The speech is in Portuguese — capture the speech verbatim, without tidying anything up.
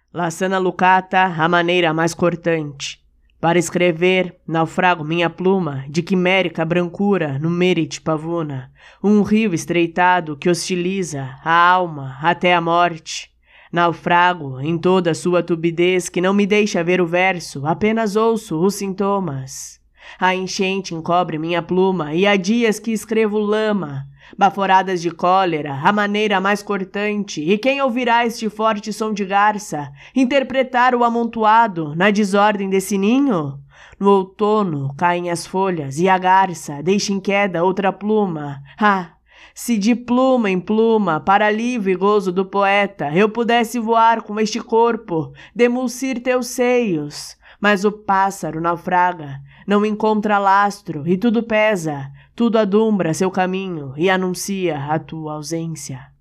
Lassana lucata, a maneira mais cortante. Para escrever, naufrago minha pluma, de quimérica brancura, no merit pavuna, um rio estreitado que hostiliza a alma até a morte. Naufrago em toda sua tubidez que não me deixa ver o verso, apenas ouço os sintomas. A enchente encobre minha pluma e há dias que escrevo lama, baforadas de cólera, a maneira mais cortante, e quem ouvirá este forte som de garça interpretar o amontoado na desordem desse ninho? No outono caem as folhas e a garça deixa em queda outra pluma. Ah! Se de pluma em pluma, para alívio e gozo do poeta, eu pudesse voar com este corpo, demulcir teus seios. Mas o pássaro naufraga, não encontra lastro e tudo pesa, tudo adumbra seu caminho e anuncia a tua ausência.